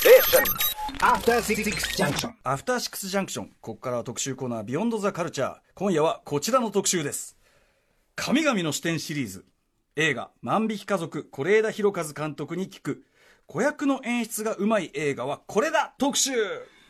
アフターシックスジャンクション。 アフターシックスジャンクション。ここからは特集コーナービヨンドザカルチャー。今夜はこちらの特集です。神々の視点シリーズ。映画万引き家族是枝裕和監督に聞く子役の演出がうまい映画はこれだ特集。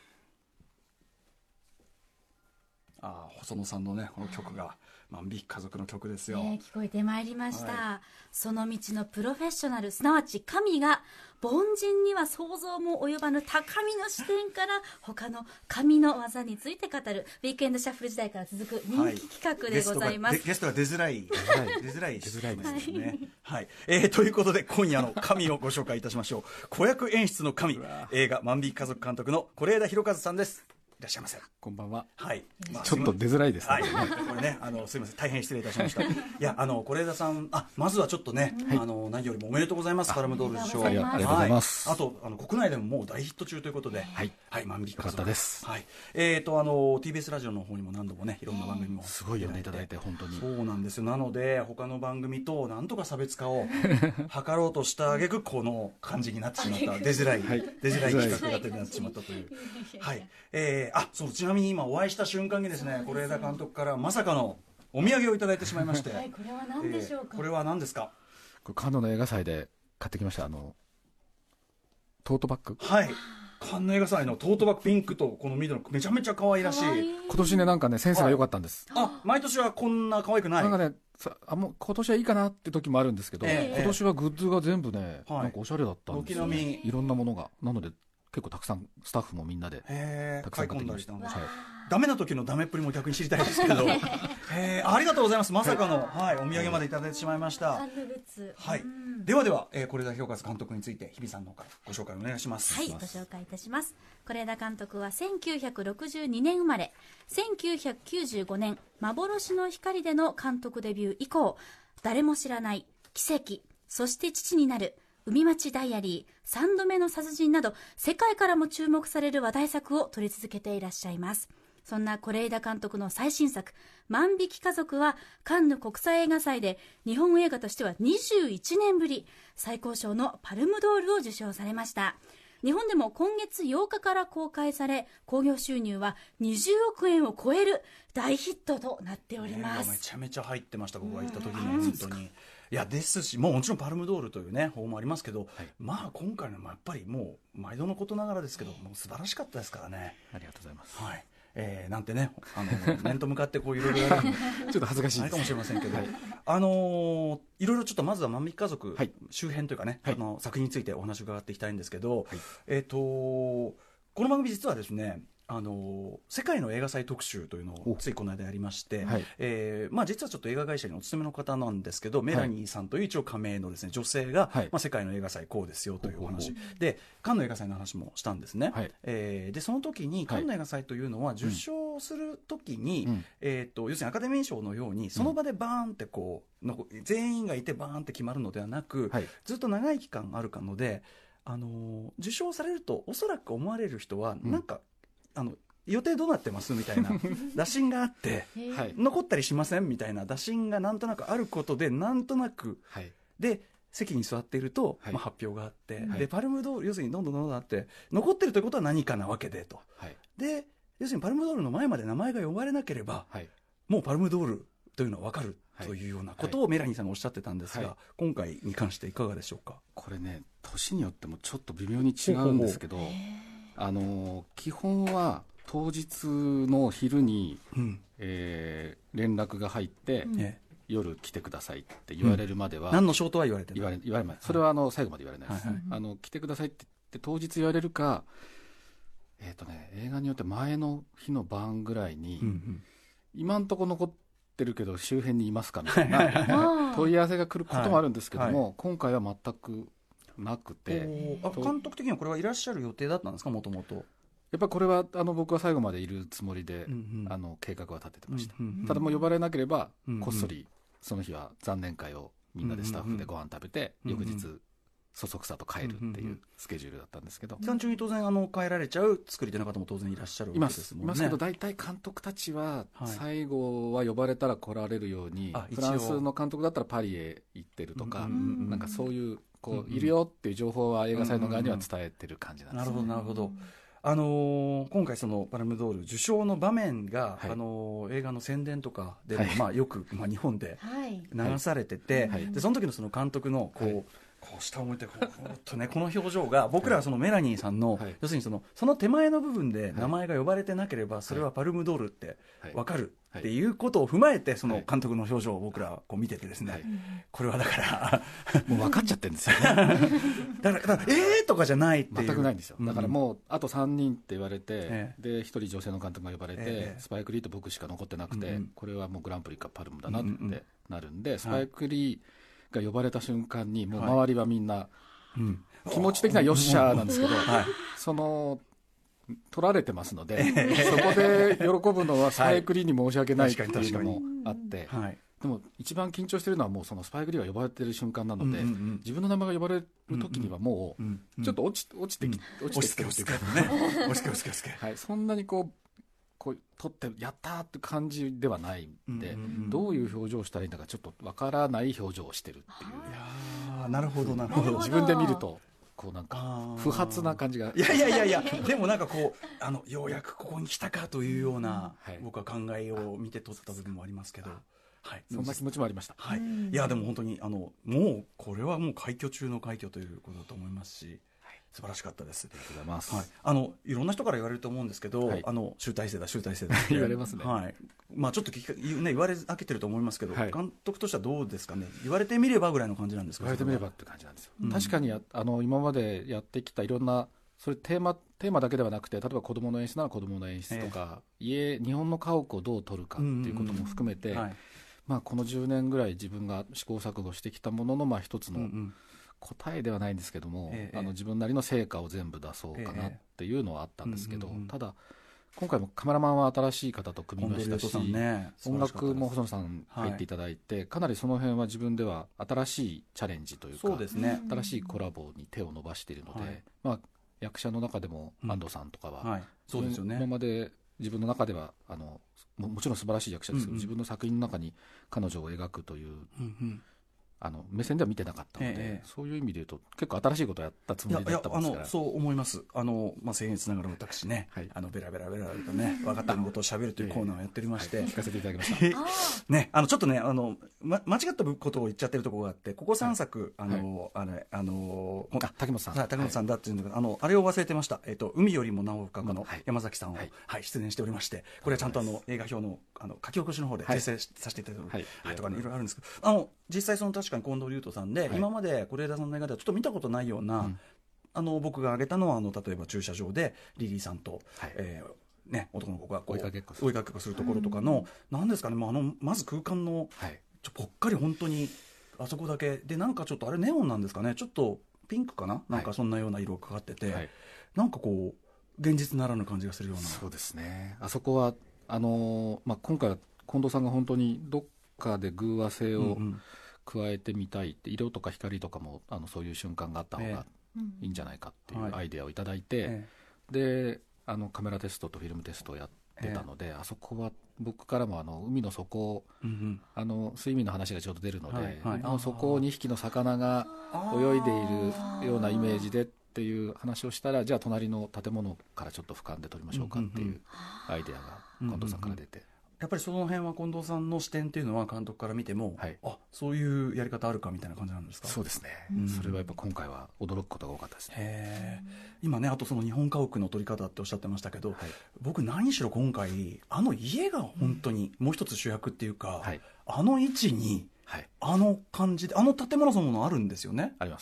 細野さんのねこの曲が万引き家族の曲ですよ、 聞こえてまいりました、 はい、 その道のプロフェッショナル、すなわち神が凡人には想像も及ばぬ高みの視点から他の神の技について語るウィークエンドシャッフル時代から続く人気企画でございます、 ゲストが出づらいですね、はい、ということで今夜の神をご紹介いたしましょう。子役演出の神、映画万引き家族監督の是枝裕和さんです。いらっしゃいませ。 こんばんは。 はい。 ちょっと出づらいですね。 はい。これね、すいません、大変失礼いたしました。いや、是枝さん、まずはちょっとね、何よりもおめでとうございます。パルムドール受賞。 ありがとうございます。 あと、国内でももう大ヒット中ということで、はい。万引き家族。 よかったです。 はい。TBS ラジオの方にも何度もね、いろんな番組も。 すごい呼んでいただいて、本当に。 そうなんですよ。なので、他の番組となんとか差別化を図ろうとした挙句、この感じになってしまった。出づらい企画がなってしまったという。はい。ちなみに今お会いした瞬間にですね、是枝監督からまさかのお土産をいただいてしまいまして、 はい、これは何でしょうか。 これは何ですか。 これカンヌの映画祭で買ってきました。トートバッグ。 はい。カンヌ映画祭のトートバッグ、ピンクとこの緑のめちゃめちゃ可愛らしい。 今年ね、なんかねセンスが良かったんです。 毎年はこんな可愛くない。 なんかね、もう今年はいいかなって時もあるんですけど、今年はグッズが全部ね、なんかおしゃれだったんですよ、ね。いろんなものが。なので結構たくさんスタッフもみんなでたくさん買ってきました。 ダメな時のダメっぷりも逆に知りたいですけどありがとうございます。まさかの、お土産までいただいてしまいました。はい、では是枝裕和監督について日比さんの方からご紹介お願いします。 はい、ご紹介いたします。是枝監督は1962年生まれ、1995年幻の光での監督デビュー以降、誰も知らない奇跡、そして父になる、海町ダイアリー、3度目の殺人など世界からも注目される話題作を撮り続けていらっしゃいます。そんな是枝監督の最新作万引き家族はカンヌ国際映画祭で日本映画としては21年ぶり最高賞のパルムドールを受賞されました。日本でも今月8日から公開され、興行収入は20億円を超える大ヒットとなっております。 めちゃめちゃ入ってました、僕が行った時に。本当にいやですし、もちろんパルムドールというね方もありますけど、今回のもやっぱりもう毎度のことながらですけど、もう素晴らしかったですからね。 ありがとうございます。 はい。なんてね、面と向かってこういろいろやるのちょっと恥ずかしいです。 かもしれませんけど、いろいろちょっとまずは万引き家族周辺というかね、作品についてお話を伺っていきたいんですけど、この番組実はですね、世界の映画祭特集というのをついこの間やりまして、実はちょっと映画会社にお勤めの方なんですけど、メラニーさんという一応加盟のですね女性が、世界の映画祭こうですよというお話で、カンヌ映画祭の話もしたんですね。でその時にカンヌ映画祭というのは受賞する時に、要するにアカデミー賞のようにその場でバーンってこう全員がいてバーンって決まるのではなく、ずっと長い期間あるので、受賞されるとおそらく思われる人はなんか、予定どうなってますみたいな打診があって残ったりしませんみたいな打診がなんとなくあることで、なんとなく、で席に座っていると、発表があって、でパルムドール、要するにどんどんあって残ってるということは何かなわけでと、で要するにパルムドールの前まで名前が呼ばれなければ、もうパルムドールというのは分かるというようなことをメラニーさんがおっしゃってたんですが、今回に関していかがでしょうか。 これね、年によってもちょっと微妙に違うんですけど、基本は当日の昼に、連絡が入って、夜来てくださいって言われるまでは、 何のショートは言われてない、 言われない。それは最後まで言われないです。来てくださいって言って当日言われるか、映画によって前の日の晩ぐらいに、今んとこ残ってるけど周辺にいますかみたいな問い合わせが来ることもあるんですけども、今回は全くなくて。 監督的にはこれはいらっしゃる予定だったんですか、もともと。 やっぱこれは僕は最後までいるつもりで、計画は立ててました。ただもう呼ばれなければ、こっそりその日は残念会をみんなでスタッフでご飯食べて、翌日そそくさと帰るっていうスケジュールだったんですけど、 期間中に当然帰られちゃう作り手の方も当然いらっしゃるわけですもんね。 いますけど、大体監督たちは最後は呼ばれたら来られるように、フランスの監督だったらパリへ行ってるとか、なんかそういうこういるよっていう情報は映画祭の側には伝えてる感じなんです、 なるほどなるほど。今回そのパルムドール受賞の場面が、映画の宣伝とかでも、よく、日本で流されてて、でその時のその監督のこう下を向いてこの表情が僕らはそのメラニーさんの、要するにその手前の部分で名前が呼ばれてなければそれはパルムドールって分かるっていうことを踏まえて、その監督の表情を僕らこう見ててですね、これはだからもう分かっちゃってるんですよねだからとかじゃないっていう、 全くないんですよ。だからもうあと3人って言われて、で1人女性の監督が呼ばれて、スパイク・リーと僕しか残ってなくて、これはもうグランプリかパルムだなってなるんで、スパイク・リーが呼ばれた瞬間にもう周りはみんな、気持ち的なよっしゃーなんですけど、その取られてますので、そこで喜ぶのはスパイク・リーに申し訳ないっていうのもあって、でも一番緊張してるのはもうそのスパイク・リーが呼ばれてる瞬間なので、自分の名前が呼ばれる時にはもうちょっと落ちてきてるっていうか、そんなにこう取ってやったーって感じではないんで、どういう表情をしたらいいんだかちょっとわからない表情をしてるっていう。 いやなるほどなるほど。 自分で見るとこうなんか不発な感じが、 いやでもなんかこうようやくここに来たかというような、僕は考えを見て取った部分もありますけど、 そんな気持ちもありました。 いやでも本当にもうこれはもう快挙中の快挙ということだと思いますし、素晴らしかったです。 ありがとうございます。 いろんな人から言われると思うんですけど、集大成だ言われますね。 ちょっと言われ飽きてると思いますけど、監督としてはどうですかね。言われてみればぐらいの感じなんですか。 言われてみればって感じなんですよ。確かに今までやってきたいろんなそれテーマだけではなくて、例えば子どもの演出なら子どもの演出とか、日本の家屋をどう撮るかっていうことも含めて、この10年ぐらい自分が試行錯誤してきたものの一つの答えではないんですけども、自分なりの成果を全部出そうかなっていうのはあったんですけど、ただ今回もカメラマンは新しい方と組みましたし、音楽も細野さん入っていただいて、かなりその辺は自分では新しいチャレンジというか、新しいコラボに手を伸ばしているので、役者の中でも安藤さんとかは、今まで自分の中ではもちろん素晴らしい役者ですけど、自分の作品の中に彼女を描くという目線では見てなかったので、そういう意味で言うと結構新しいことをやったつもりだったんですから。 そう思います。僭越ながら私ね、ベラベラとね分かったようなことをしゃべるというコーナーをやっておりまして、 聞かせていただきましたね。ちょっとね間違ったことを言っちゃってるところがあって、ここ3作竹本さんだっていうのがあれを忘れてました。海よりもなお深くの山崎さんを出演しておりまして、これはちゃんと映画表の書き起こしの方で訂正させていただくとかね、いろいろあるんですけど、実際その確かに近藤龍斗さんで、今まで是枝さんの映画ではちょっと見たことないような、僕が挙げたのは例えば駐車場でリリーさんと、男の子が追いかけっこするところとかの、なんですかね、まず空間のぽっかり本当にあそこだけで、なんかちょっとあれネオンなんですかね、ちょっとピンクかな、なんかそんなような色がかかってて、なんかこう現実ならぬ感じがするような。 そうですね。あそこは今回は近藤さんが本当にどっかで偶話性を加えてみたいって、色とか光とかもそういう瞬間があった方がいいんじゃないかっていうアイデアをいただいて、でカメラテストとフィルムテストをやってたので、あそこは僕からも海の底、水面の話がちょうど出るので、そこを2匹の魚が泳いでいるようなイメージでっていう話をしたら、じゃあ隣の建物からちょっと俯瞰で撮りましょうかっていうアイデアが近藤さんから出て、 やっぱりその辺は近藤さんの視点っていうのは監督から見ても、そういうやり方あるかみたいな感じなんですか。 そうですね、それはやっぱ今回は驚くことが多かったですね。 今ね、あとその日本家屋の撮り方っておっしゃってましたけど、僕何しろ今回家が本当にもう一つ主役っていうか、位置に、感じで建物そのものあるんですよね。 あります。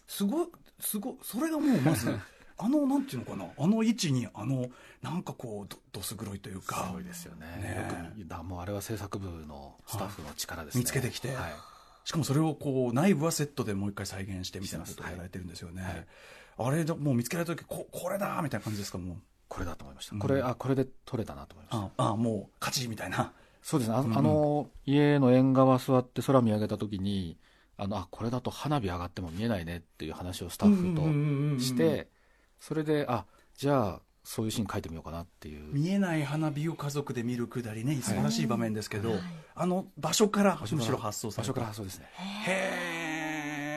すごいそれがもうまずなんていうのかな、位置になんかこうどす黒いというか、 すごいですよね。よくもうあれは制作部のスタッフの力ですね。 見つけてきて、しかもそれをこう内部はセットでもう一回再現してみたいなことをやられてるんですよね。あれもう見つけられた時これだみたいな感じですか。もうこれだと思いました。これで撮れたなと思いました。 もう勝ちみたいな。 そうですね。家の縁側座って空見上げた時にこれだと花火上がっても見えないねっていう話をスタッフとして、それでじゃあそういうシーン書いてみようかなっていう。 見えない花火を家族で見るくだりね、素晴らしい場面ですけど、場所からむしろ発想された。 場所から発想ですね。 へ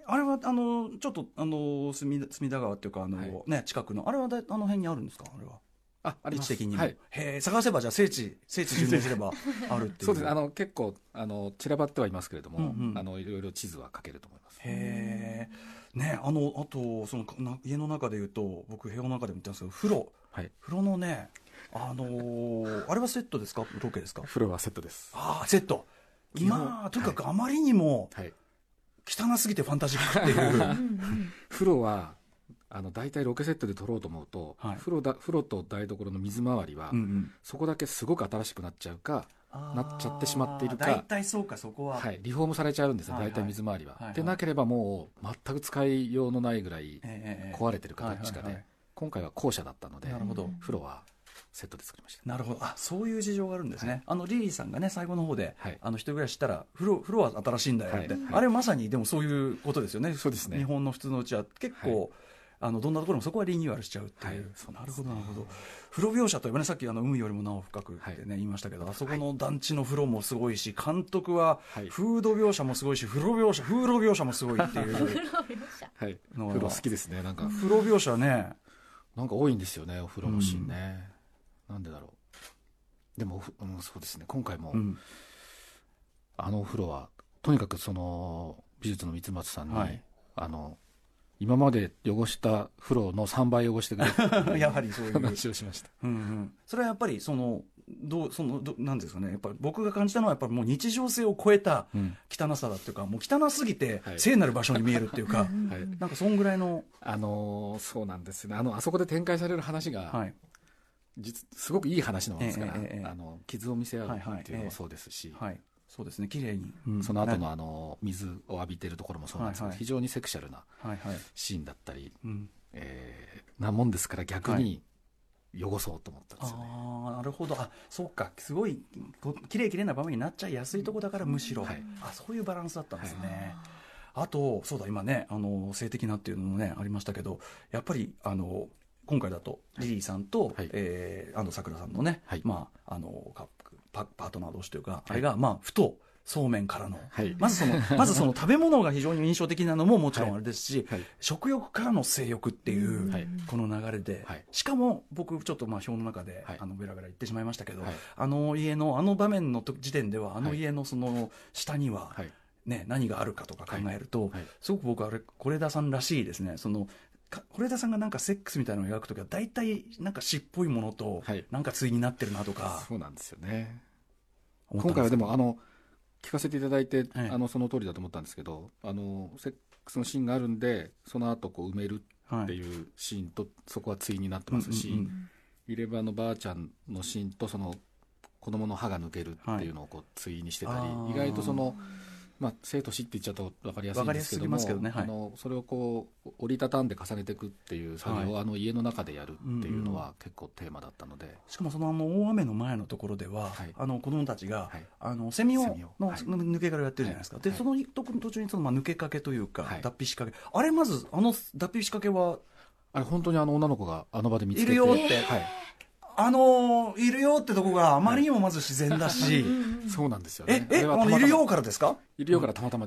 あれはちょっと隅田川っていうかはいね、近くのあれはあの辺にあるんですか？あれはあります。 位置的にも、 はい、 へえ、探せばじゃあ聖地巡礼すればあるっていう。 そうです結構散らばってはいますけれども、 うんうんいろいろ地図は書けると思います。 へえ、ね、あと家の中でいうと僕部屋の中でも言ったんですけどはい、 風呂のね、あれはセットですか？ロケですか？ 風呂はセットです。 ああ、セット。今とにかくあまりにもはい、 汚すぎてファンタジックっていう風呂は大体ロケセットで撮ろうと思うと、 はい、 風呂と台所の水回りは、 うんうん、 そこだけすごく新しくなっちゃうかなっちゃってしまっているか、 大体そうか、そこは、 はい、リフォームされちゃうんですね、 はいはい大体水回りは、 はいはいでなければもう全く使いようのないぐらい壊れてるはい形かで、 はいはい、 今回は後者だったので、 なるほど、 風呂はセットで作りました。 なるほど、そういう事情があるんですね、はい、リリーさんがね最後の方で、 はい、 一人暮らししたら風呂は新しいんだよって、はい、あれまさにでもそういうことですよね。 そうですね。 日本の普通のうちは結構、はい、どんなところもそこはリニューアルしちゃうっていう、 はい、 なるほどなるほど。風呂描写といえばね、さっき海よりもなお深くってね、はい、言いましたけど、あそこの団地の風呂もすごいし、監督はフード描写もすごいし、風呂描写もすごいっていう風呂描写、 はい、風呂好きですね。なんか風呂描写ね、 なんか多いんですよね、お風呂のシーンね、なんでだろう。でも、そうですね、今回も、お風呂はとにかくその美術の三松さんに、はい、今まで汚した風呂の3倍汚してくれるやはりそういう話をしました。 それはやっぱりなんですかね、やっぱり僕が感じたのはやっぱりもう日常性を超えた汚さだっていうか、もう汚すぎて聖なる場所に見えるっていうか、はい、なんかそんぐらいのそうなんですね。あそこで展開される話が、はい、すごごくいい話なんですから、傷を見せ合うっていうのもそうですし、 そうですね、綺麗に、 その後の水を浴びてるところもそうなんですけど、非常にセクシャルなシーンだったり、なもんですから、逆に汚そうと思ったんですよね。 なるほど、そうか、すごい綺麗な場面になっちゃいやすいところだから、むしろ、そういうバランスだったんですね。あとそうだ、今ね、性的なっていうのもねありましたけど、やっぱり今回だとリリーさんと、安藤サクラさんのね、パートナー同士というか、あれがふとそうめんからの、まずその食べ物が非常に印象的なのももちろんあれですし、食欲からの性欲っていう、この流れで、しかも僕ちょっと表の中でベラベラ言ってしまいましたけど、家の場面の時点では家のその下には、何があるかとか考えると、すごく僕は是枝さんらしいですね。是枝さんがなんかセックスみたいなのを描くときは大体なんか詩っぽいものとなんか対になってるなとか、 そうなんですよね。今回はでも聞かせていただいて、その通りだと思ったんですけど、セックスのシーンがあるんで、その後こう埋めるっていうシーンとそこは対になってますし、入れ歯のばあちゃんのシーンとその子供の歯が抜けるっていうのをこう対にしてたり、意外とその生と死って言っちゃうと分かりやすいんですけども、それをこう折りたたんで重ねていくっていう作業を家の中でやるっていうのは結構テーマだったので、 しかもその大雨の前のところでは、子供たちが、セミの抜け殻をやってるじゃないですか。でその途中にその抜けかけというか、脱皮仕掛け、あれまず脱皮仕掛けはあれ本当に女の子が場で見つけているよって、いるよってとこがあまりにもまず自然だし、 そうなんですよね。 いるよからですか？ いるよからたまたまです。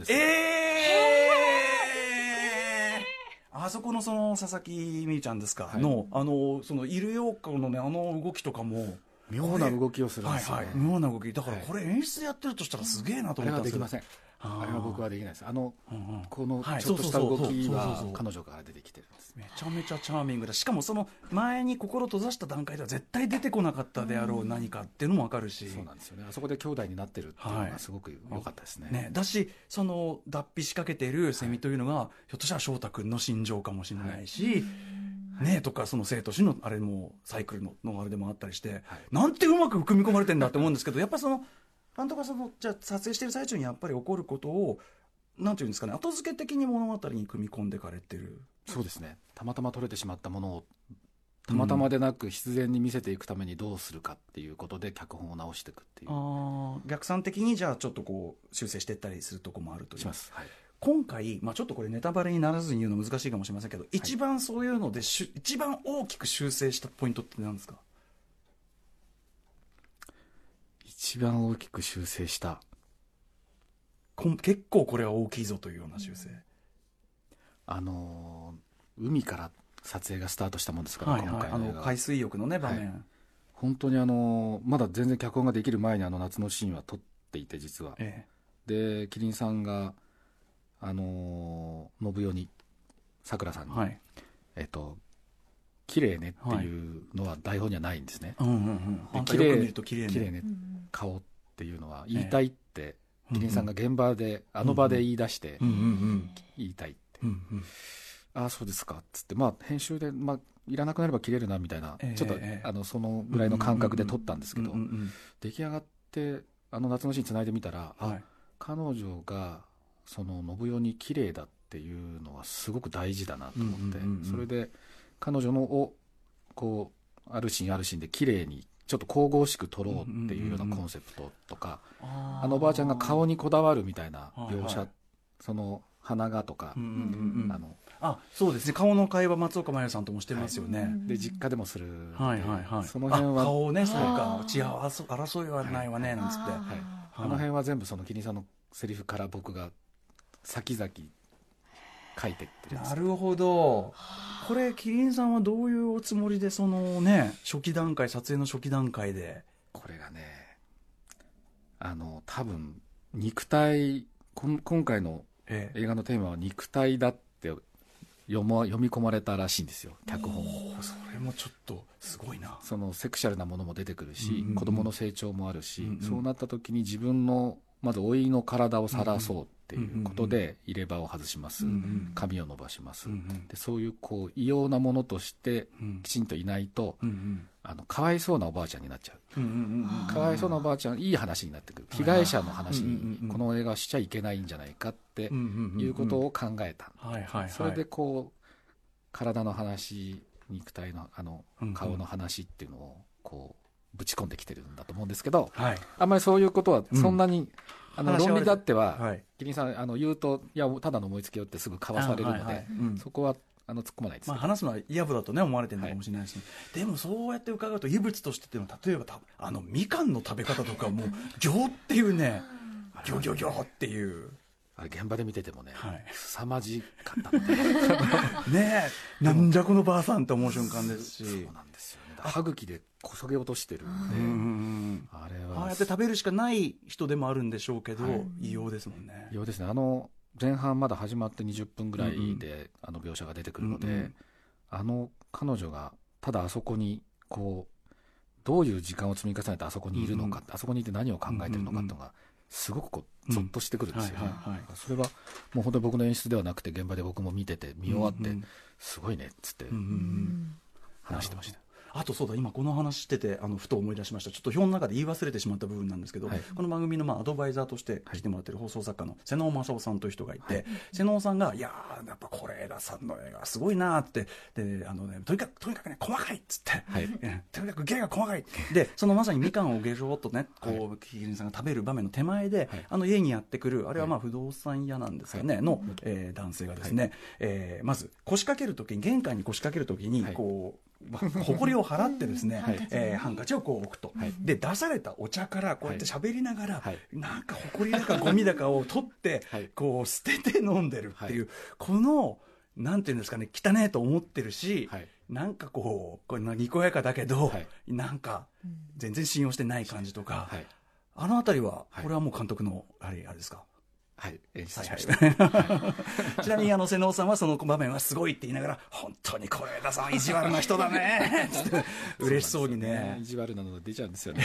あそこのその佐々木美優ちゃんですか、のそのいるよからのね、動きとかも妙な動きをするんですよね。 妙な動きだから、これ演出でやってるとしたらすげえなと思ったんですけど、 あれはできません。あれは僕はできないです。このちょっとした動きは彼女から出てきてるんです。 めちゃめちゃチャーミングだ。しかもその前に心閉ざした段階では絶対出てこなかったであろう何かっていうのも分かるし、 そうなんですよね。あそこで兄弟になってるっていうのがすごく良かったですね。 だし、その脱皮仕掛けているセミというのが、ひょっとしたら翔太君の心情かもしれないし、とか、その生と死のあれもサイクルのあれでもあったりして、なんてうまく組み込まれてんだって思うんですけど、やっぱその監督がじゃあ撮影してる最中にやっぱり起こることをなんていうんですかね、後付け的に物語に組み込んでかれてる。 そうですね。たまたま撮れてしまったものをたまたまでなく必然に見せていくためにどうするかっていうことで脚本を直していくっていう。 逆算的にじゃあちょっとこう修正していったりするとこもあるという。 します。はい。 今回、ちょっとこれネタバレにならずに言うの難しいかもしれませんけど、一番そういうので一番大きく修正したポイントって何ですか？ 一番大きく修正した。 結構これは大きいぞというような修正。 海から撮影がスタートしたもんですから、 はいはい、 今回の映画海水浴のね場面、 はい、本当にまだ全然脚本ができる前に夏のシーンは撮っていて、実は、でキリンさんが信代にさくらさんに、はい、綺麗ねっていうのは台本にはないんですね。綺麗ね顔っていうのは言いたいって、キリンさんが現場で場で言い出して、言いたいって、ああそうですかっつって、編集で、いらなくなれば切れるなみたいな、ちょっとそのぐらいの感覚で撮ったんですけど、出来上がって夏のシーンつないでみたら、彼女がその信代に綺麗だっていうのはすごく大事だなと思って、それで彼女のをこうあるシーンあるシーンで綺麗にちょっと神々しく撮ろうっていうようなコンセプトとか、おばあちゃんが顔にこだわるみたいな描写、その鼻がとか、 そうですね、顔の会話松岡茉優さんともしてますよね。 で実家でもする、 その辺は顔ね、そうか、血争いはないわねなんつって、 あの辺は全部そのキリンさんのセリフから僕が先々書いてってるんです。 なるほど。これキリンさんはどういうおつもりでそのね、初期段階、撮影の初期段階で。 これがね、多分肉体、今回の映画のテーマは肉体だって読み込まれたらしいんですよ、脚本。 それもちょっとすごいな。 そのセクシャルなものも出てくるし、子供の成長もあるし、そうなった時に自分のまず老いの体を晒そうっていうことで入れ歯を外します、髪を伸ばします、でそういう異様なものとしてきちんといないと、かわいそうなおばあちゃんになっちゃう、かわいそうなおばあちゃん、いい話になってくる、被害者の話にこの映画はしちゃいけないんじゃないかっていうことを考えた。それで体の話、肉体の顔の話っていうのをぶち込んできてるんだと思うんですけど、あんまりそういうことはそんなに、論理だっては、キリンさん言うと、いやただの思いつきよってすぐかわされるので、そこは突っ込まないですけど、 話すのは嫌だとね思われてるのかもしれないし、でもそうやって伺うと異物としてっていうのは、例えばみかんの食べ方とかもギョっていうね、ギョギョギョっていう、 あれ現場で見ててもね、凄まじかったのでねえ、なんじゃこのばあさんって思う瞬間ですし、 そうなんですよね。歯茎でこそげ落としてるんで、あれはああやって食べるしかない人でもあるんでしょうけど、異様ですもんね。 異様ですね。前半まだ始まって20分ぐらいで描写が出てくるので、彼女がただあそこにどういう時間を積み重ねてあそこにいるのか、あそこにいて何を考えてるのかっていうのがすごくゾッとしてくるんですよね。それはもう本当に僕の演出ではなくて、現場で僕も見てて見終わって、すごいねっつって話してました。 あとそうだ、今この話しててふと思い出しました。ちょっと表の中で言い忘れてしまった部分なんですけど、この番組のアドバイザーとして来てもらってる放送作家の瀬能正夫さんという人がいて、瀬能さんが、いやーやっぱ是枝さんの映画すごいなーって、でとにかくね細かいっつって、とにかく芸が細かいで、そのまさにみかんをゲロッとねキリンさんが食べる場面の手前で、家にやってくる、あれは不動産屋なんですかね、の男性がですね、まず腰掛けるときに、玄関に腰掛けるときに埃を払ってですね、ハンカチを置くと、で出されたお茶からこうやって喋りながら、なんか埃だかゴミだかを取って捨てて飲んでるっていう、このなんていうんですかね、汚ねと思ってるし、なんかこれにこやかだけど、なんか全然信用してない感じとか、あのあたりはこれはもう監督のあれですか？ 演出しました。 ちなみに瀬能さんはその場面はすごいって言いながら、本当に是枝さん意地悪な人だねって嬉しそうにね。 意地悪なのが出ちゃうんですよね。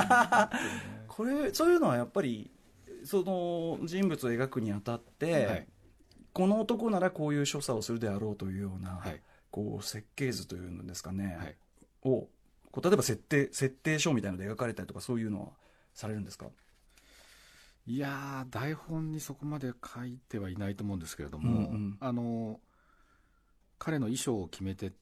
そういうのはやっぱりその人物を描くにあたって、この男ならこういう所作をするであろうというような、設計図というんですかね、を例えば設定書みたいなので描かれたりとか、そういうのはされるんですか？ いやー、台本にそこまで書いてはいないと思うんですけれども、彼の衣装を決めてって、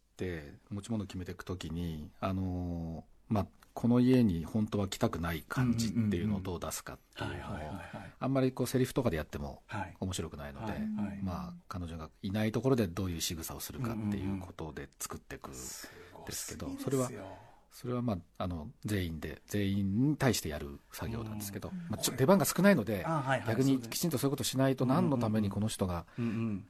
持ち物を決めていくときに、この家に本当は来たくない感じっていうのをどう出すかっていうのを、あんまりセリフとかでやっても面白くないので、彼女がいないところでどういう仕草をするかっていうことで作っていくんですけど、それは全員に対してやる作業なんですけど、出番が少ないので、逆にきちんとそういうことしないと、何のためにこの人が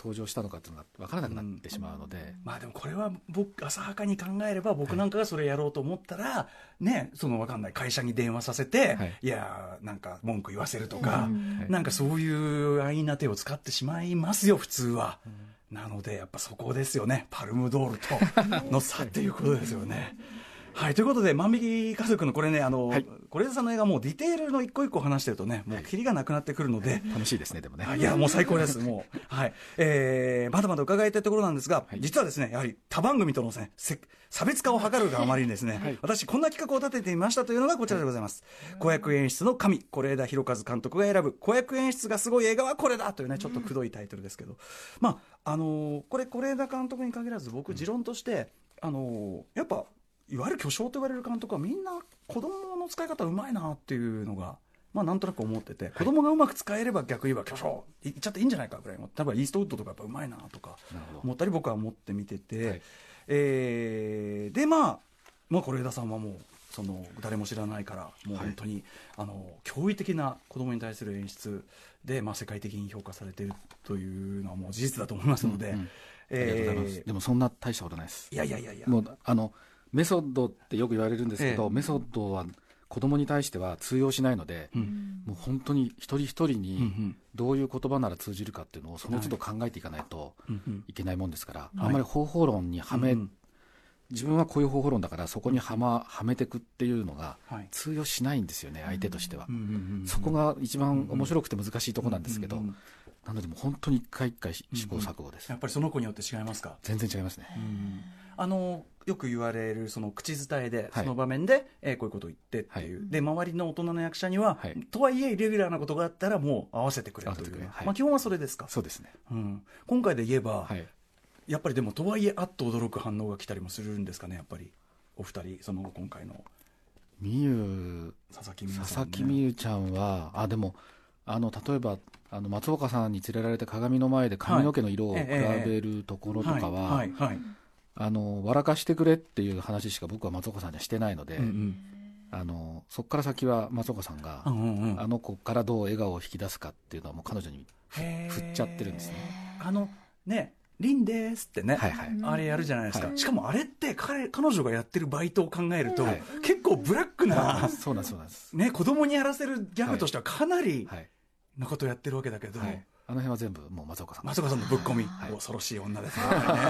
登場したのかっていうのが分からなくなってしまうので、 まあでもこれは僕浅はかに考えれば僕なんかがそれやろうと思ったら、ね、その分かんない会社に電話させて、いやなんか文句言わせるとか、なんかそういう安易な手を使ってしまいますよ普通は。なのでやっぱそこですよね、パルムドールとの差っていうことですよね。はい、ということで万引き家族のこれね是枝さんの映画もうディテールの一個一個話してるとねもうキリがなくなってくるので、 楽しいですね。でもね、 いやもう最高ですもうはい、まだまだ伺いたいところなんですが、実はですねやはり他番組との、ね、差別化を図るがあまりにですね、私こんな企画を立ててみましたというのがこちらでございます。子役演出の神是枝裕和監督が選ぶ子役演出がすごい映画はこれだというねちょっとくどいタイトルですけど、まあこれ是枝監督に限らず僕持論としてやっぱいわゆる巨匠と言われる監督はみんな子供の使い方うまいなっていうのが、まあ、なんとなく思ってて、子供がうまく使えれば逆に言えば巨匠言っちゃっていいんじゃないかぐらいの、多分イーストウッドとかやっぱうまいなとか思ったり僕は思って見てて、でまあ是枝さんはもうその誰も知らないからもう本当に、驚異的な子供に対する演出で、まあ、世界的に評価されているというのはもう事実だと思いますので、 ありがとうございます。でもそんな大したことないです。 いやもうメソッドってよく言われるんですけど、メソッドは子供に対しては通用しないので、もう本当に一人一人にどういう言葉なら通じるかっていうのをその都度考えていかないといけないもんですから、あんまり方法論に自分はこういう方法論だからそこにはめていくっていうのが通用しないんですよね、相手としては。そこが一番面白くて難しいところなんですけど、なのでもう本当に一回一回試行錯誤です。 やっぱりその子によって違いますか？ 全然違いますね。 よく言われるその口伝えで、その場面で、こういうことを言ってっていう、で周りの大人の役者には、とはいえイレギュラーなことがあったらもう合わせてくれという、まあ、基本はそれですか？ そうですね、 今回で言えば、やっぱりでもとはいえあっと驚く反応が来たりもするんですかね、やっぱりお二人その今回の佐々木美優ちゃんはでも例えば松岡さんに連れられて鏡の前で髪の毛の色を比べるところとかは笑かしてくれっていう話しか僕は松岡さんにはしてないので、そこから先は松岡さんが、あの子からどう笑顔を引き出すかっていうのはもう彼女に振っちゃってるんですね。 リンですってね、あれやるじゃないですか、しかもあれって彼女がやってるバイトを考えると、結構ブラックなそうなんですね、子供にやらせるギャグとしてはかなりなことをやってるわけだけど、 あの辺は全部もう松岡さんのぶっ込み、恐ろしい女ですね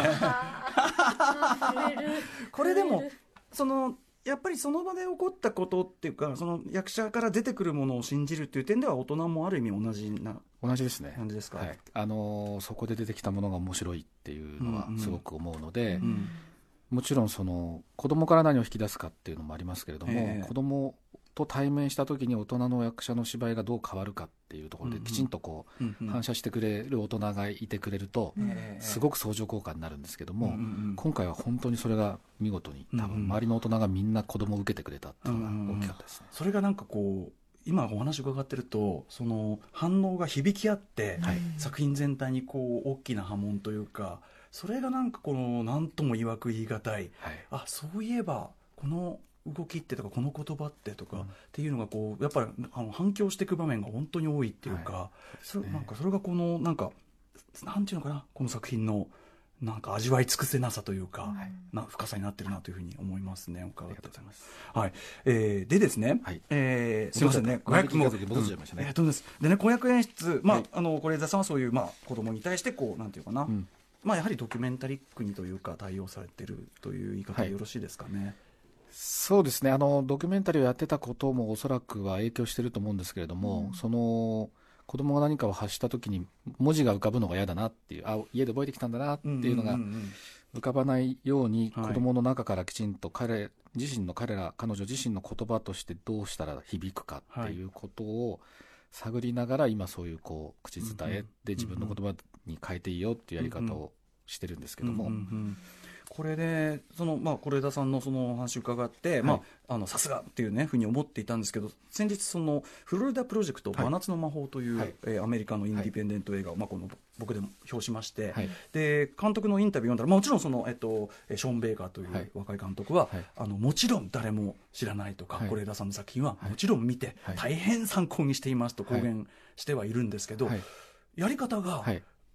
これでもやっぱりその場で起こったことっていうか、その役者から出てくるものを信じるっていう点では大人もある意味同じですね。 感じですか？ そこで出てきたものが面白いっていうのはすごく思うので、もちろん子供から何を引き出すかっていうのもありますけれども、子供と対面した時に大人の役者の芝居がどう変わるかっていうところできちんと反射してくれる大人がいてくれるとすごく相乗効果になるんですけども、今回は本当にそれが見事に多分周りの大人がみんな子供を受けてくれたっていうのが大きかったですね。 それがなんか今お話伺ってるとその反応が響き合って、作品全体に大きな波紋というか、それがなんか何とも言い難い、そういえばこの動きってとかこの言葉ってとかっていうのがやっぱり反響していく場面が本当に多いっていうか、なんかそれがなんかなんていうのかな、この作品のなんか味わい尽くせなさというか、深さになってるなというふうに思いますね。伺ってます。はい。でですね、すみませんね、子役も戻っちゃいましたね。でね、子役演出、是枝さんはそういう子供に対してなんていうかな、やはりドキュメンタリックにというか対応されてるという言い方でよろしいですかね。 そうですね、ドキュメンタリーをやってたこともおそらくは影響していると思うんですけれども、子供が何かを発したときに文字が浮かぶのが嫌だなっていう、家で覚えてきたんだなっていうのが浮かばないように、子供の中からきちんと彼女自身の言葉としてどうしたら響くかっていうことを探りながら、今そういう口伝えで自分の言葉に変えていいよっていうやり方をしてるんですけども、 これで是枝さんのその話を伺って、さすがっていうねふうに思っていたんですけど、先日フロリダプロジェクト真夏の魔法という、アメリカのインディペンデント映画を、僕でも表しまして、で監督のインタビュー読んだら、もちろんショーン・ベイカーという若い監督は、もちろん誰も知らないとか是枝さんの作品はもちろん見て、大変参考にしていますと公言してはいるんですけど、やり方が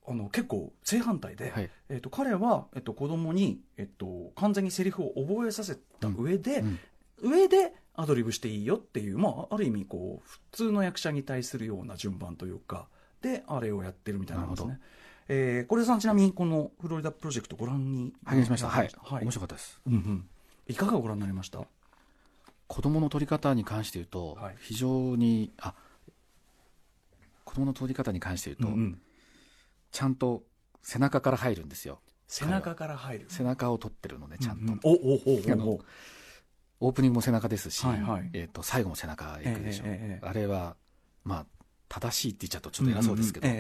結構正反対で、 はい、 彼は、子供に、完全にセリフを覚えさせた上で、アドリブしていいよっていう、ある意味こう普通の役者に対するような順番というかであれをやってるみたいなんですね。これさん、ちなみにこのフロリダプロジェクトご覧に拝見しました。はい、面白かったです。 いかがご覧になりました？ 子供の撮り方に関して言うと、非常に子供の撮り方に関して言うと、ちゃんと背中から入るんですよ。 背中から入る。 背中を撮ってるのでちゃんと。オープニングも背中ですし、最後も背中へ行くでしょう。あれは正しいって言っちゃうとちょっと偉そうですけど、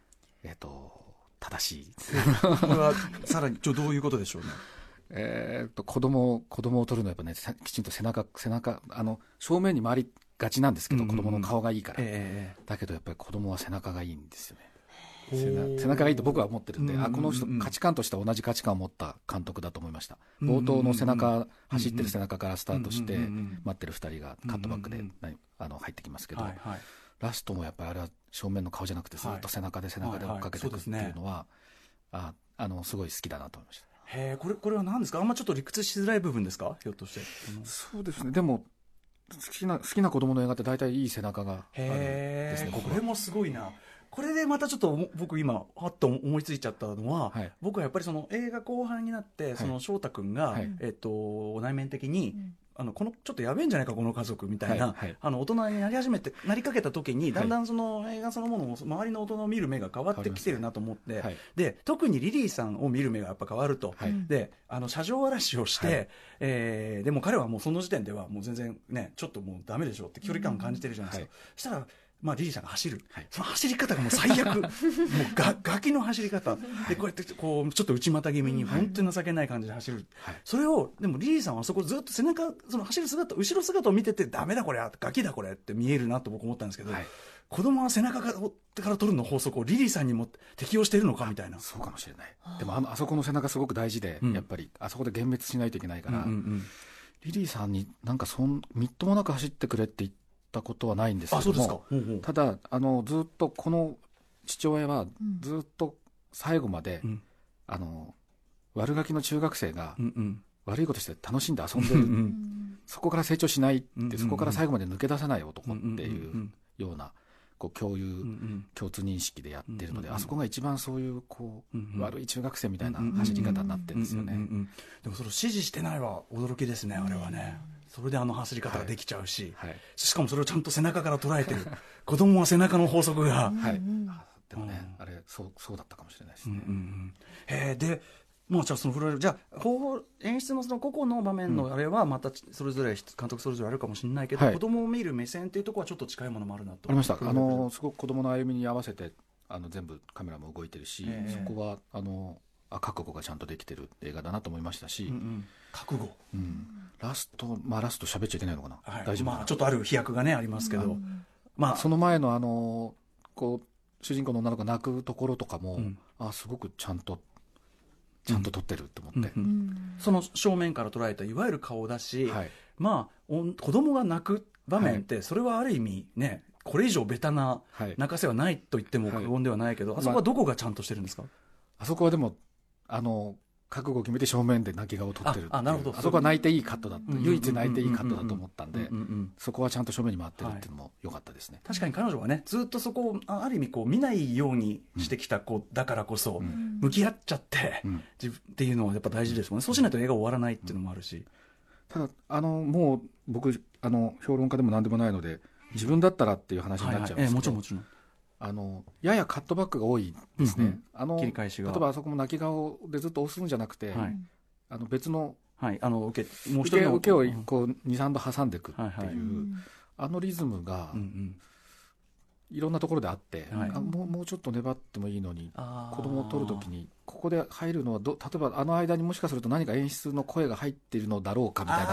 正しい。 これはさらにどういうことでしょうね。子供を撮るのはやっぱね、きちんと背中正面に回りがちなんですけど、子供の顔がいいから、だけどやっぱり子供は背中がいいんですよね。背中がいいと僕は思ってるんで、この人価値観としては同じ価値観を持った監督だと思いました。冒頭の走ってる背中からスタートして、待ってる2人がカットバックで入ってきますけど、ラストもやっぱりあれは正面の顔じゃなくてずっと背中で追っかけていくっていうのは、すごい好きだなと思いました。 これは何ですか？あんまちょっと理屈しづらい部分ですか？ひょっとして。 そうですね。でも好きな子供の映画って大体いい背中があるんですね。 これもすごいな。これでまたちょっと僕今はっと思いついちゃったのは、僕はやっぱりその映画後半になって、その翔太君が、内面的に、このちょっとやべえんじゃないかこの家族みたいな、大人になりかけた時に、だんだんその映画そのものも周りの大人を見る目が変わってきてるなと思って、で特にリリーさんを見る目がやっぱ変わると、で車上荒らしをして、でも彼はもうその時点ではもう全然ね、ちょっともうダメでしょって距離感を感じてるじゃないですか。したらリリーさんが走る、その走り方がもう最悪もうガキの走り方で、こうやってこうちょっと内股気味に本当に情けない感じで走る、それをでもリリーさんはそこずっと背中、その走る姿、後ろ姿を見てて、ダメだこれ、ガキだこれって見えるなと僕思ったんですけど、子供は背中から取るの法則をリリーさんにも適用しているのかみたいな。 そうかもしれない。でもあそこの背中すごく大事で、やっぱりあそこで幻滅しないといけないから、リリーさんになんかみっともなく走ってくれって言ったことはないんですけども、ただずっとこの父親はずっと最後まで、悪ガキの中学生が悪いことして楽しんで遊んでる、そこから成長しないって、そこから最後まで抜け出さない男っていうようなこう共通認識でやってるので、あそこが一番そういう悪い中学生みたいな走り方になってるんですよね。 でもそれを指示してないは驚きですね、あれはね。それで走り方ができちゃうし、しかもそれをちゃんと背中から捉えてる子供は背中の法則が、 でもね、あれそうだったかもしれないですね。 でもうじゃあその演出のその個々の場面のあれはまたそれぞれ監督それぞれあるかもしれないけど、子供を見る目線っていうところはちょっと近いものもあるなと。 ありました。すごく子供の歩みに合わせて全部カメラも動いてるし、そこは覚悟がちゃんとできてる映画だなと思いましたし、 覚悟、 ラスト喋っちゃいけないのかな、大丈夫かな。 ちょっとある飛躍がねありますけど、 その前の主人公の女の子が泣くところとかも、すごくちゃんと撮ってると思って、 その正面から捉えたいわゆる顔だし、子供が泣く場面って、それはある意味ね、これ以上ベタな泣かせはないと言っても過言ではないけど、あそこはどこがちゃんとしてるんですか？ あそこはでも覚悟を決めて正面で泣き顔を撮ってるっていう。 なるほど。 あそこは泣いていいカットだった、唯一泣いていいカットだと思ったんで、そこはちゃんと正面に回ってるっていうのも良かったですね。 確かに彼女はね、ずっとそこをある意味見ないようにしてきた子だからこそ、向き合っちゃってっていうのはやっぱ大事ですもんね。そうしないと映画終わらないっていうのもあるし。 ただもう僕評論家でも何でもないので、自分だったらっていう話になっちゃうんですけど、 もちろんややカットバックが多いですね。 切り返しが、 例えばあそこも泣き顔でずっと押すんじゃなくて、別のもう一人の受けをこう 2,3 度挟んでいくっていう、リズムがいろんなところであって、もうちょっと粘ってもいいのに、子供を撮るときにここで入るのは例えば間にもしかすると何か演出の声が入っているのだろうかみたい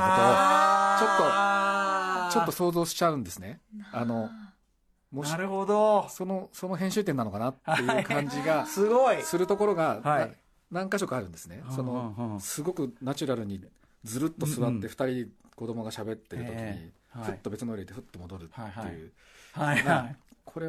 なことをちょっと想像しちゃうんですね。 なるほど。 その編集点なのかなっていう感じがするところが何箇所かあるんですね。すごくナチュラルにずるっと座って2人子供が喋ってる時にふっと別の入れてふっと戻るっていう、これは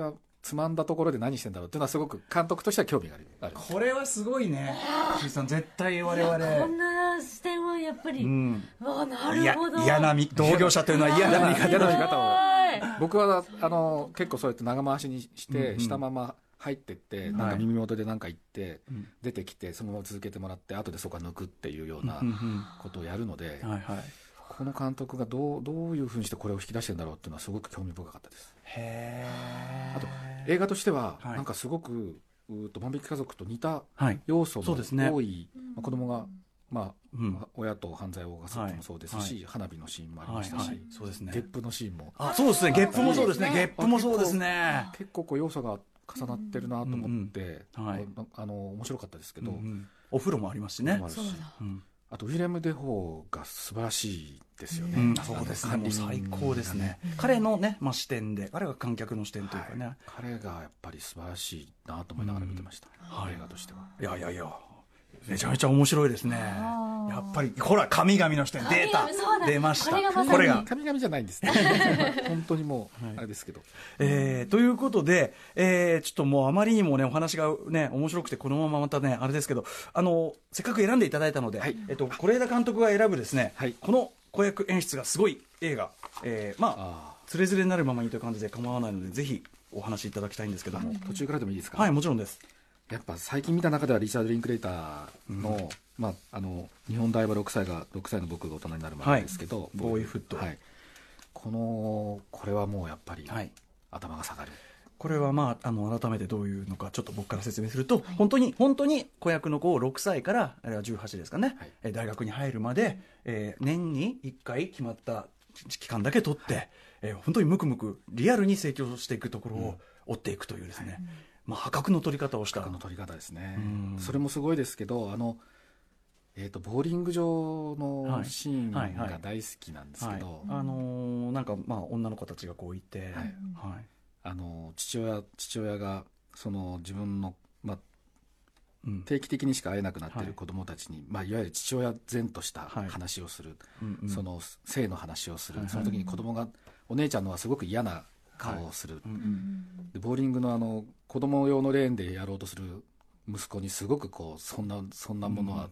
つまんだところで何してんだろうっていうのはすごく監督としては興味がある。 これはすごいね、藤井さん、絶対我々 こんな視点はやっぱり、なるほど。 嫌な同業者というのは嫌な見方を僕は結構そうやって長回しにしてしたまま入ってって、なんか耳元で何か言って出てきてそのまま続けてもらって後でそこは抜くっていうようなことをやるので、この監督がどういうふうにしてこれを引き出してるんだろうっていうのはすごく興味深かったです。あと映画としてはなんかすごく万引き家族と似た要素の多い、子供が親と犯罪を犯すってもそうですし、花火のシーンもありましたし、ゲップのシーンも、 そうですね、ゲップもそうですね、ゲップもそうですね。 結構こう要素が重なってるなと思って、面白かったですけど、 お風呂もありますしね。 あとウィレム・デフォーが素晴らしいですよね。 そうですね、もう最高ですね。彼のね、視点で、彼が観客の視点というかね、 彼がやっぱり素晴らしいなと思いながら見てました。映画としては。 いやめちゃめちゃ面白いですね。やっぱりほら、神々の視点出ました。 これが神々じゃないんですね。本当にもうあれですけど。 ということで、ちょっともうあまりにもねお話がね面白くて、このまままたねあれですけど、せっかく選んでいただいたので、是枝監督が選ぶですね、この子役演出がすごい映画、つれづれになるままにという感じで構わないので、ぜひお話しいただきたいんですけども。 途中からでもいいですか？ はい、もちろんです。 やっぱ最近見た中ではリチャード・リンクレイターの、日本大は6歳の僕が大人になる前ですけど、 ボーイフット、 これはもうやっぱり、頭が下がる。 これは改めてどういうのかちょっと僕から説明すると、本当に子役の子を6歳からあれは18ですかね、大学に入るまで、年に1回決まった期間だけ取って、本当にムクムクリアルに成長していくところを追っていくというですね、破格の取り方をした。 破格の取り方ですね。それもすごいですけど、ボーリング場のシーンが大好きなんですけど、 なんか女の子たちがこういて、 父親がその自分の、定期的にしか会えなくなっている子どもたちに、いわゆる父親然とした話をする、その性の話をする、その時に子供が、お姉ちゃんのはすごく嫌な顔をする、でボーリングの子供用のレーンでやろうとする息子にすごくこうそんなものはって、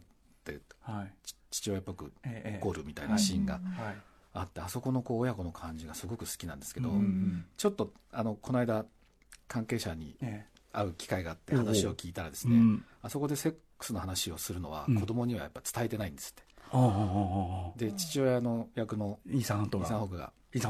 父親っぽく怒るみたいなシーンがあって、あそこのこう親子の感じがすごく好きなんですけど、ちょっとこの間関係者に会う機会があって話を聞いたらですね、あそこでセックスの話をするのは子供にはやっぱ伝えてないんですって。で父親の役のイーサン・ホークが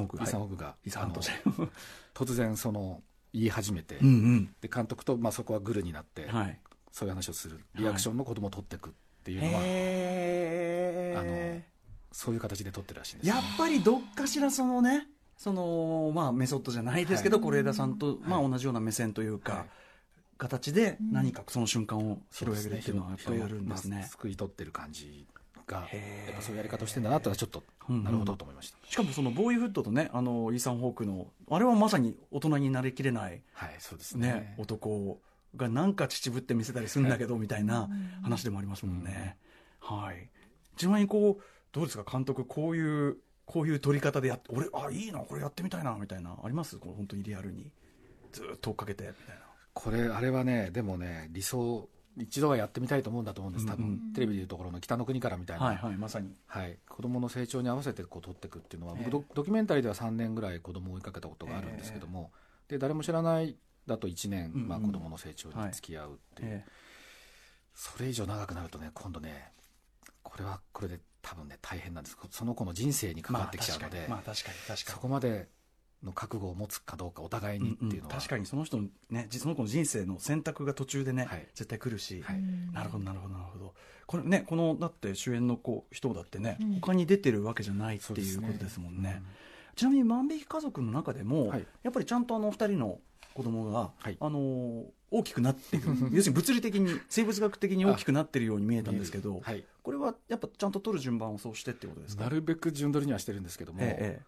突然言い始めて、で監督とそこはグルになって、そういう話をするリアクションの子供を取っていくっていうのは、そういう形で撮ってるらしいんです。 やっぱりどっかしらメソッドじゃないですけど、是枝さんと同じような目線というか、形で何かその瞬間を拾い上げるっていうのはやっぱりやるんですね。 救い取ってる感じがやっぱそういうやり方をしてんだなとはちょっとなるほどと思いました。 しかもそのボーイフッドとね、イーサン・ホークのあれはまさに大人になりきれない、 そうですね、 男がなんか秩父って見せたりするんだけどみたいな話でもありますもんね。ちなみにどうですか監督、こういう撮り方で俺いいな、これやってみたいなみたいなあります？本当にリアルにずっと追っかけてみたいな。 あれはね、でもね、理想一度はやってみたいと思うんだと思うんです。多分テレビでいうところの北の国からみたいな、 まさに、 子供の成長に合わせて撮っていくっていうのは、僕ドキュメンタリーでは3年ぐらい子供を追いかけたことがあるんですけども、で誰も知らないだと1年、子供の成長に付き合うっていう、それ以上長くなるとね、今度ね、これはこれで多分ね大変なんです。その子の人生に関わってきちゃうので、 確かにそこまでの覚悟を持つかどうかお互いにっていうのは、 確かにその人のね、その子の人生の選択が途中でね、絶対来るし、なるほどこれね、このだって主演の人だってね、他に出てるわけじゃないっていうことですもんね。ちなみに万引き家族の中でも、やっぱりちゃんと2人の子供が、大きくなっている要するに物理的に生物学的に大きくなっているように見えたんですけど、これはやっぱちゃんと取る順番をそうしてってことですか？ なるべく順取りにはしてるんですけども、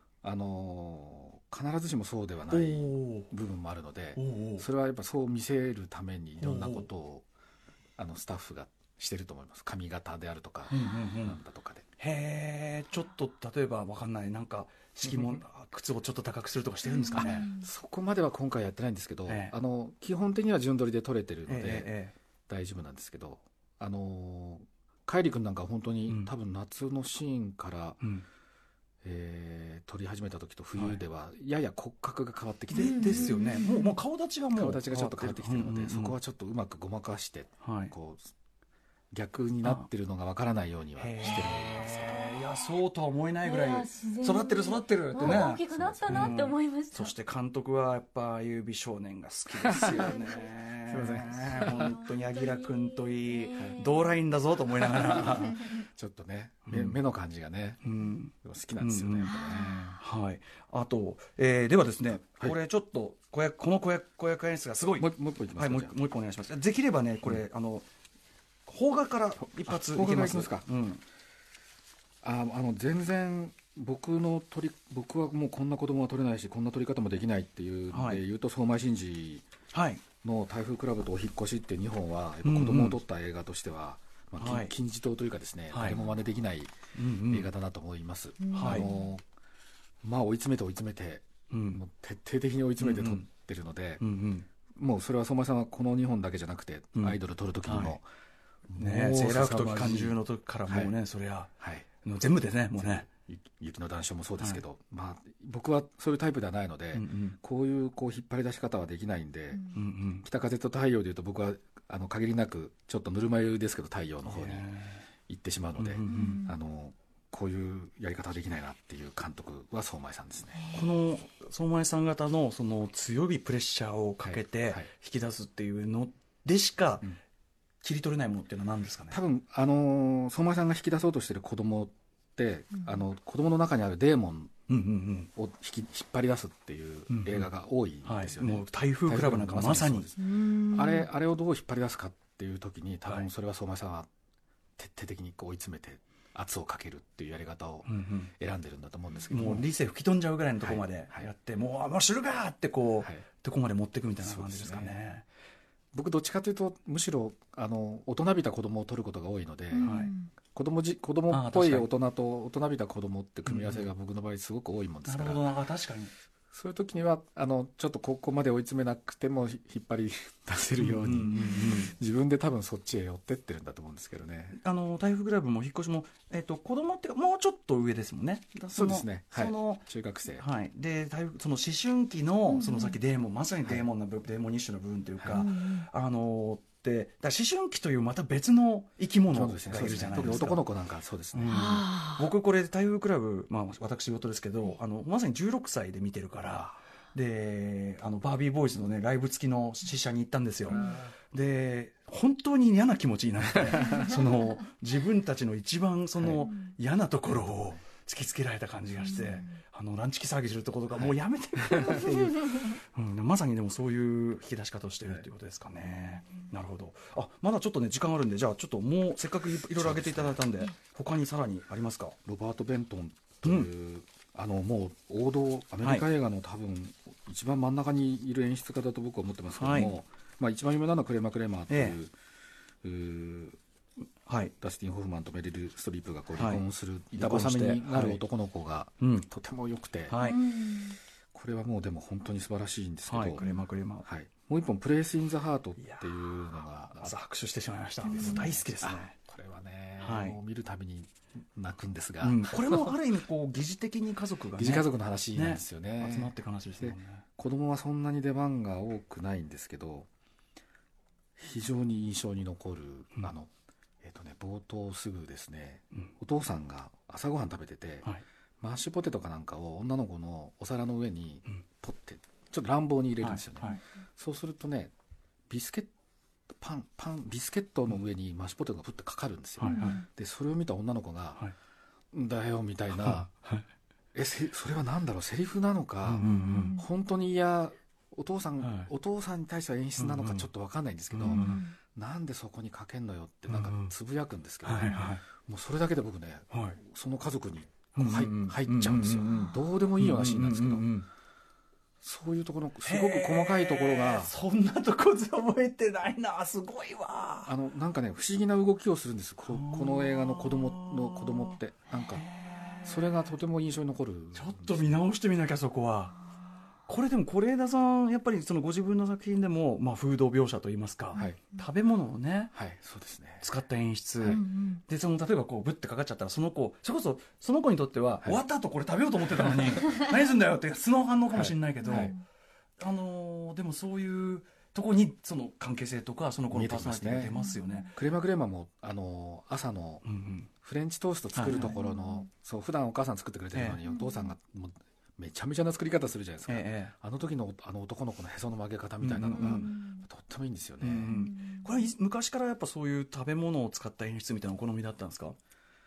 必ずしもそうではない部分もあるので、それはやっぱそう見せるためにいろんなことをスタッフがしてると思います。髪型であるとか、なんだとかで。 ちょっと例えば分かんない、なんか敷物靴をちょっと高くするとかしてるんですかね。 そこまでは今回やってないんですけど、基本的には順取りで取れてるので大丈夫なんですけど、海里君なんか本当に、多分夏のシーンから、撮り始めた時と冬ではやや骨格が変わってきて、 ですよね。もう顔立ちがちょっと変わってきてるので、そこはちょっとうまくごまかして、こう逆になってるのがわからないようにはしてるんですけど、 いやそうとは思えないぐらい育ってるってね、 大きくなったなって思いました。 そして監督はやっぱああいう美少年が好きですよね。すいません、本当に柳楽君といい同ラインだぞと思いながらちょっとね、目の感じがね、好きなんですよね。 はい。あと、ではですね、これちょっとこの子役演出がすごい。 もう一個いきますか。 もう一個お願いします。できればね、これ邦画から一発いきますか。 全然僕はもうこんな子供は撮れないし、こんな撮り方もできないっていうので言うと、相馬真司の台風クラブとお引っ越しって2本はやっぱ子供を撮った映画としては、金字塔というかですね、誰も真似できない映画だなと思います。追い詰めて、もう徹底的に追い詰めて撮ってるので、もうそれは相馬さんはこの2本だけじゃなくて、アイドル撮る時にも、 セーラー服と機関銃の時からもうね、そりゃ全部ですね、もうね。 雪の談笑もそうですけど、僕はそういうタイプではないので、こういう引っ張り出し方はできないんで、北風と太陽でいうと僕は限りなくちょっとぬるま湯ですけど太陽の方に行ってしまうので、こういうやり方はできないなっていう監督は相馬さんですね。 この相馬さん方のその強いプレッシャーをかけて引き出すっていうのでしか切り取れないものっていうのは何ですかね。 多分相馬さんが引き出そうとしている子供って、子供の中にあるデーモンを引っ張り出すっていう映画が多いんですよね。 もう台風クラブなんかまさにあれをどう引っ張り出すかっていう時に、多分それは相馬さんは徹底的に追い詰めて圧をかけるっていうやり方を選んでるんだと思うんですけど、 もう理性吹き飛んじゃうぐらいのところまでやって、もう知るかってとこまで持っていくみたいな感じですかね。 僕どっちかというとむしろ大人びた子供を撮ることが多いので、子供っぽい大人と大人びた子供って組み合わせが僕の場合すごく多いもんですから、 確かにそういう時にはちょっとここまで追い詰めなくても引っ張り出せるように、自分で多分そっちへ寄ってってるんだと思うんですけどね。 台風クラブも引っ越しも、子供っていうかもうちょっと上ですもんね。 そうですね、中学生、 でその思春期のそのさっきデーモン、まさにデーモンニッシュな部分というか、だ思春期というまた別の生き物がいるじゃないですか。 特に男の子なんかそうですね。 僕これ台風クラブ、私事ですけど、まさに16歳で見てるから、でバービーボーイズのねライブ付きの試写に行ったんですよ。で本当に嫌な気持ちになってその自分たちの一番その嫌なところを突きつけられた感じがして、ランチキ騒ぎするところとかもうやめてくれっていう、まさにでもそういう引き出し方をしてるっていうことですかね。なるほど。まだちょっとね時間あるんで、じゃあちょっともうせっかくいろいろ挙げていただいたんで、他にさらにありますか。 ロバート・ベントンという、もう王道アメリカ映画の多分一番真ん中にいる演出家だと僕は思ってますけども、一番有名なのはクレマーという、ダスティン・ホフマンとメリル・ストリープが離婚する板挟みになる男の子がとても良くて、これはもうでも本当に素晴らしいんですけど、 クレマー、 もう一本プレイス・イン・ザ・ハートっていうのがまず拍手してしまいました。大好きですね。 これはね、もう見るたびに泣くんですが、 これもある意味疑似的に家族が、 疑似家族の話なんですよね。 集まって話ですよね。 子供はそんなに出番が多くないんですけど、非常に印象に残る、冒頭すぐですね、お父さんが朝ごはん食べてて、マッシュポテトかなんかを女の子のお皿の上に取って、ちょっと乱暴に入れるんですよね。そうするとね、ビスケットの上にマッシュポテトがふってかかるんですよ。でそれを見た女の子が、だよみたいな、それは何だろう、セリフなのか、本当にお父さんに対しては演出なのかちょっと分かんないんですけど、なんでそこにかけんのよってなんかつぶやくんですけど、もうそれだけで僕ね、その家族に入っちゃうんですよ。どうでもいいようなシーンなんですけど、そういうところすごく細かいところが、 そんなとこ覚えてないな。すごいわ。 なんかね不思議な動きをするんです。この映画の子供ってなんかそれがとても印象に残る。 ちょっと見直してみなきゃ、そこは。これでも是枝さんやっぱりそのご自分の作品でも、風土描写といいますか、はい、食べ物をね、 はい、そうですね、 使った演出、はい、で例えばこうブッてかかっちゃったらそれこそその子にとっては、はい、終わった後これ食べようと思ってたのに何すんだよって素の反応かもしれないけど、はい、でもそういうところにその関係性とかその子のパーソナリティが出ますよね。 クレマも朝のフレンチトースト作るところの、そう普段お母さん作ってくれてるのに、お父さんがもうめちゃめちゃな作り方するじゃないですか、あの時の男の子のへその曲げ方みたいなのが、とってもいいんですよね、 これは昔からやっぱそういう食べ物を使った演出みたいなお好みだったんですか？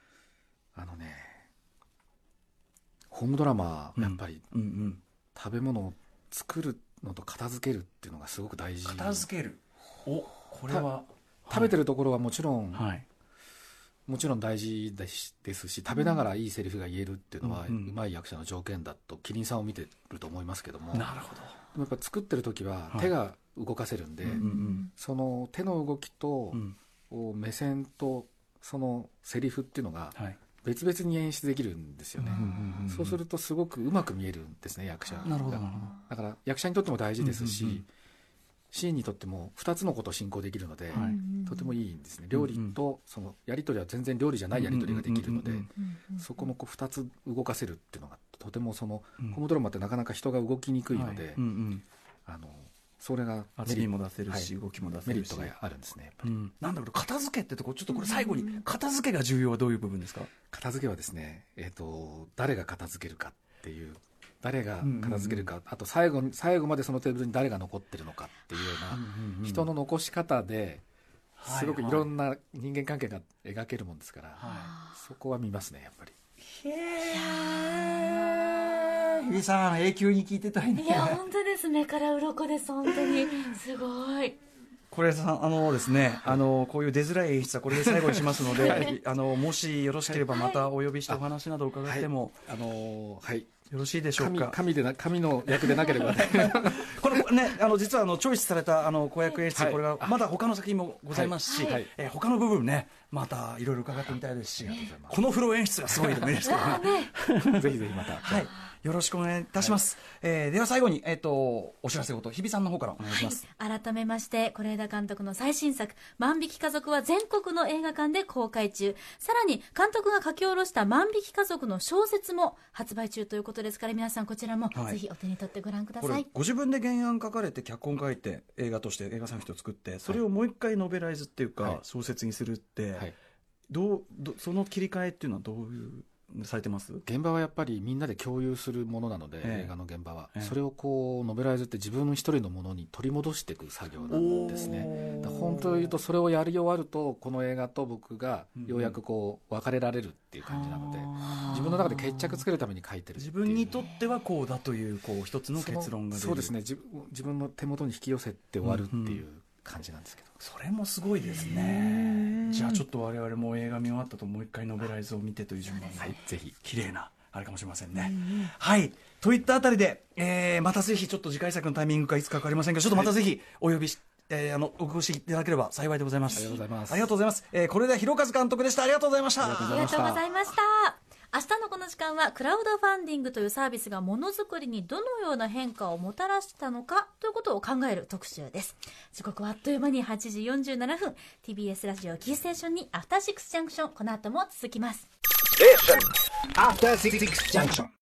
ホームドラマやっぱり、食べ物を作るのと片付けるっていうのがすごく大事。 片付ける、これは食べてるところはもちろん、もちろん大事ですし、食べながらいいセリフが言えるっていうのは、うまい役者の条件だとキリンさんを見てると思いますけども、 なるほど。でもやっぱ作ってる時は手が動かせるんで、その手の動きと、目線とそのセリフっていうのが別々に演出できるんですよね、そうするとすごくうまく見えるんですね、役者が。 なるほど。 だから役者にとっても大事ですし、シーンにとっても2つのことを進行できるので、とてもいいんですね。料理とそのやり取りは全然料理じゃないやり取りができるので、そこの2つ動かせるっていうのがとても、そのホームドラマってなかなか人が動きにくいので、それが厚みも出せるし、動きも出せるし、 メリットがあるんですね、やっぱり。 なんだろう、片付けってとこ、ちょっとこれ最後に、片付けが重要はどういう部分ですか？ 片付けはですね、誰が片付けるかっていう、誰が片付けるか、あと最後までそのテーブルに誰が残ってるのかっていうような、人の残し方ですごくいろんな人間関係が描けるもんですから、そこは見ますね、やっぱり。 日比さん、永久に聞いてたいね。 いや本当ですね、から鱗です、本当にすごい。 是枝さん、ですね、こういう出づらい演出はこれで最後にしますので、もしよろしければまたお呼びしてお話など伺っても、よろしいでしょうか。 神の役でなければねこれね、実はチョイスされた子役演出、これがまだ他の作品もございますし、他の部分ね、またいろいろ伺ってみたいですし、このフロー演出がすごいでもいいですけどねぜひぜひまた、 よろしくお願いいたします、では最後に、お知らせごと日比さんの方からお願いします。 改めまして、是枝監督の最新作万引き家族は全国の映画館で公開中。さらに監督が書き下ろした万引き家族の小説も発売中ということですから、皆さんこちらもぜひお手に取ってご覧ください。 ご自分で原案書かれて脚本書いて映画として映画作品を作って、それをもう一回ノベライズっていうか、小説にするって、その切り替えっていうのはどういうされてます？ 現場はやっぱりみんなで共有するものなので、映画の現場は、それをこうノベライズって自分一人のものに取り戻していく作業なんですね。本当を言うと、それをやり終わるとこの映画と僕がようやくこう別れられるっていう感じなので、自分の中で決着つけるために書いてるっていう。 自分にとってはこうだという、一つの結論が出る。 そうですね、自分の手元に引き寄せて終わるっていう感じなんですけど、 それもすごいですね。じゃあちょっと我々も映画見終わったともう一回ノベライズを見てという順番で、 ぜひ綺麗なあれかもしれませんね。といったあたりで、またぜひちょっと次回作のタイミングかいつか分かりませんが、ちょっとまたぜひお呼びし、お越しいただければ幸いでございます。 ありがとうございます。 ありがとうございます。是枝裕和監督でした。ありがとうございました。 ありがとうございました。明日のこの時間はクラウドファンディングというサービスがものづくりにどのような変化をもたらしたのかということを考える特集です。時刻はあっという間に8時47分 TBS ラジオキーステーションにアフターシックスジャンクション、この後も続きます。 After 6 junction